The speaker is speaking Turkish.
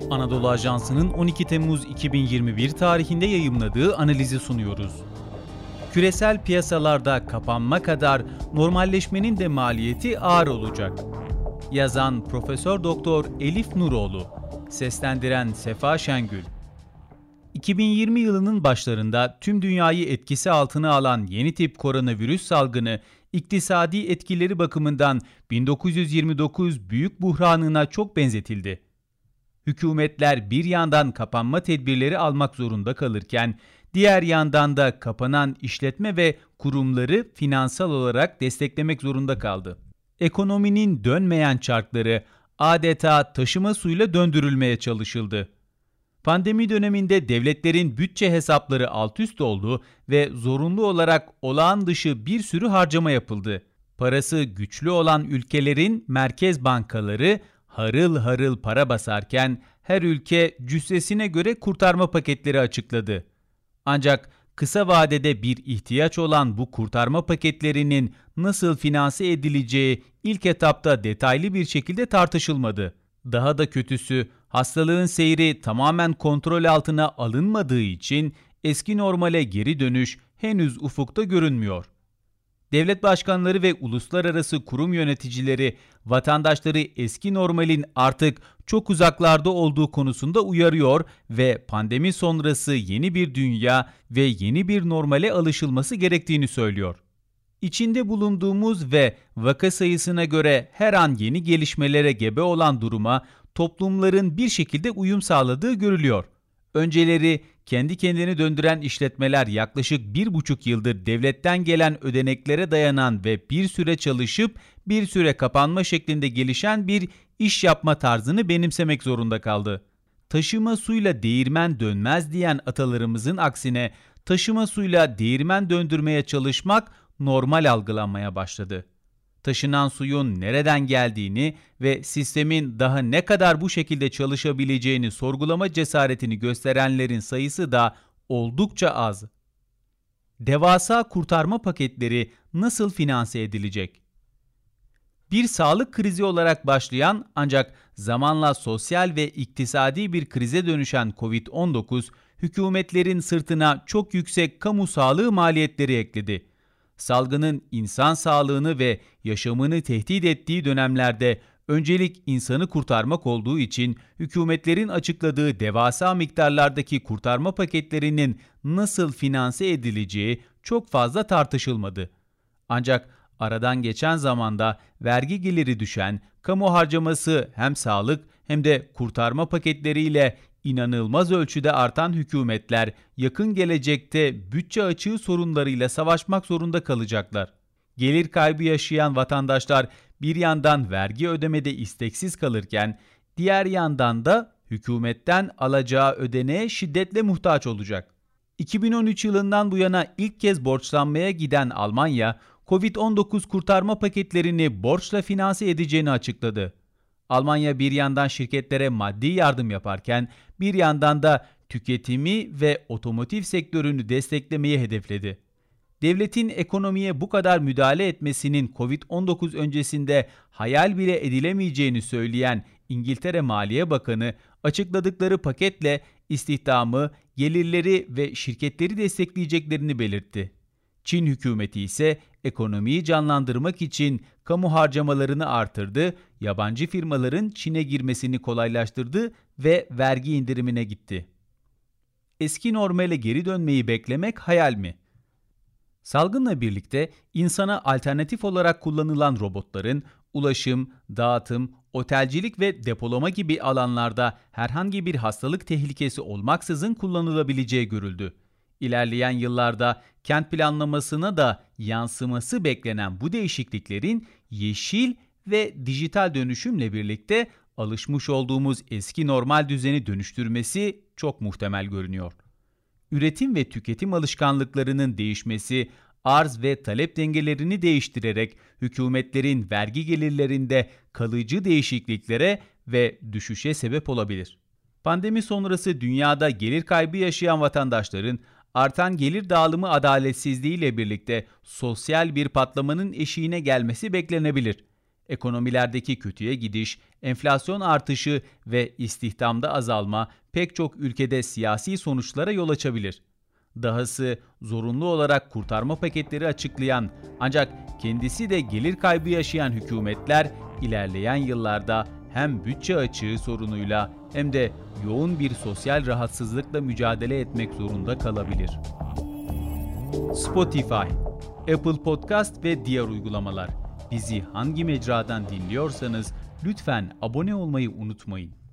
Anadolu Ajansı'nın 12 Temmuz 2021 tarihinde yayımladığı analizi sunuyoruz. Küresel piyasalarda kapanma kadar normalleşmenin de maliyeti ağır olacak. Yazan Profesör Doktor Elif Nuroğlu, seslendiren Sefa Şengül. 2020 yılının başlarında tüm dünyayı etkisi altına alan yeni tip koronavirüs salgını, iktisadi etkileri bakımından 1929 büyük buhranına çok benzetildi. Hükümetler bir yandan kapanma tedbirleri almak zorunda kalırken, diğer yandan da kapanan işletme ve kurumları finansal olarak desteklemek zorunda kaldı. Ekonominin dönmeyen çarkları adeta taşıma suyla döndürülmeye çalışıldı. Pandemi döneminde devletlerin bütçe hesapları altüst oldu ve zorunlu olarak olağan dışı bir sürü harcama yapıldı. Parası güçlü olan ülkelerin merkez bankaları harıl harıl para basarken her ülke cüssesine göre kurtarma paketleri açıkladı. Ancak kısa vadede bir ihtiyaç olan bu kurtarma paketlerinin nasıl finanse edileceği ilk etapta detaylı bir şekilde tartışılmadı. Daha da kötüsü, hastalığın seyri tamamen kontrol altına alınmadığı için eski normale geri dönüş henüz ufukta görünmüyor. Devlet başkanları ve uluslararası kurum yöneticileri vatandaşları eski normalin artık çok uzaklarda olduğu konusunda uyarıyor ve pandemi sonrası yeni bir dünya ve yeni bir normale alışılması gerektiğini söylüyor. İçinde bulunduğumuz ve vaka sayısına göre her an yeni gelişmelere gebe olan duruma toplumların bir şekilde uyum sağladığı görülüyor. Önceleri kendi kendini döndüren işletmeler yaklaşık 1,5 yıldır devletten gelen ödeneklere dayanan ve bir süre çalışıp bir süre kapanma şeklinde gelişen bir iş yapma tarzını benimsemek zorunda kaldı. Taşıma suyla değirmen dönmez diyen atalarımızın aksine taşıma suyla değirmen döndürmeye çalışmak normal algılanmaya başladı. Taşınan suyun nereden geldiğini ve sistemin daha ne kadar bu şekilde çalışabileceğini sorgulama cesaretini gösterenlerin sayısı da oldukça az. Devasa kurtarma paketleri nasıl finanse edilecek? Bir sağlık krizi olarak başlayan ancak zamanla sosyal ve iktisadi bir krize dönüşen Covid-19, hükümetlerin sırtına çok yüksek kamu sağlığı maliyetleri ekledi. Salgının insan sağlığını ve yaşamını tehdit ettiği dönemlerde öncelik insanı kurtarmak olduğu için hükümetlerin açıkladığı devasa miktarlardaki kurtarma paketlerinin nasıl finanse edileceği çok fazla tartışılmadı. Ancak aradan geçen zamanda vergi geliri düşen, kamu harcaması hem sağlık hem de kurtarma paketleriyle İnanılmaz ölçüde artan hükümetler yakın gelecekte bütçe açığı sorunlarıyla savaşmak zorunda kalacaklar. Gelir kaybı yaşayan vatandaşlar bir yandan vergi ödemede isteksiz kalırken diğer yandan da hükümetten alacağı ödeneğe şiddetle muhtaç olacak. 2013 yılından bu yana ilk kez borçlanmaya giden Almanya, Covid-19 kurtarma paketlerini borçla finanse edeceğini açıkladı. Almanya bir yandan şirketlere maddi yardım yaparken bir yandan da tüketimi ve otomotiv sektörünü desteklemeyi hedefledi. Devletin ekonomiye bu kadar müdahale etmesinin Covid-19 öncesinde hayal bile edilemeyeceğini söyleyen İngiltere Maliye Bakanı açıkladıkları paketle istihdamı, gelirleri ve şirketleri destekleyeceklerini belirtti. Çin hükümeti ise ekonomiyi canlandırmak için kamu harcamalarını artırdı, yabancı firmaların Çin'e girmesini kolaylaştırdı ve vergi indirimine gitti. Eski normale geri dönmeyi beklemek hayal mi? Salgınla birlikte insana alternatif olarak kullanılan robotların ulaşım, dağıtım, otelcilik ve depolama gibi alanlarda herhangi bir hastalık tehlikesi olmaksızın kullanılabileceği görüldü. İlerleyen yıllarda kent planlamasına da yansıması beklenen bu değişikliklerin yeşil ve dijital dönüşümle birlikte alışmış olduğumuz eski normal düzeni dönüştürmesi çok muhtemel görünüyor. Üretim ve tüketim alışkanlıklarının değişmesi, arz ve talep dengelerini değiştirerek hükümetlerin vergi gelirlerinde kalıcı değişikliklere ve düşüşe sebep olabilir. Pandemi sonrası dünyada gelir kaybı yaşayan vatandaşların artan gelir dağılımı adaletsizliğiyle birlikte sosyal bir patlamanın eşiğine gelmesi beklenebilir. Ekonomilerdeki kötüye gidiş, enflasyon artışı ve istihdamda azalma pek çok ülkede siyasi sonuçlara yol açabilir. Dahası zorunlu olarak kurtarma paketleri açıklayan ancak kendisi de gelir kaybı yaşayan hükümetler ilerleyen yıllarda hem bütçe açığı sorunuyla hem de yoğun bir sosyal rahatsızlıkla mücadele etmek zorunda kalabilir. Spotify, Apple Podcast ve diğer uygulamalar. Bizi hangi mecradan dinliyorsanız lütfen abone olmayı unutmayın.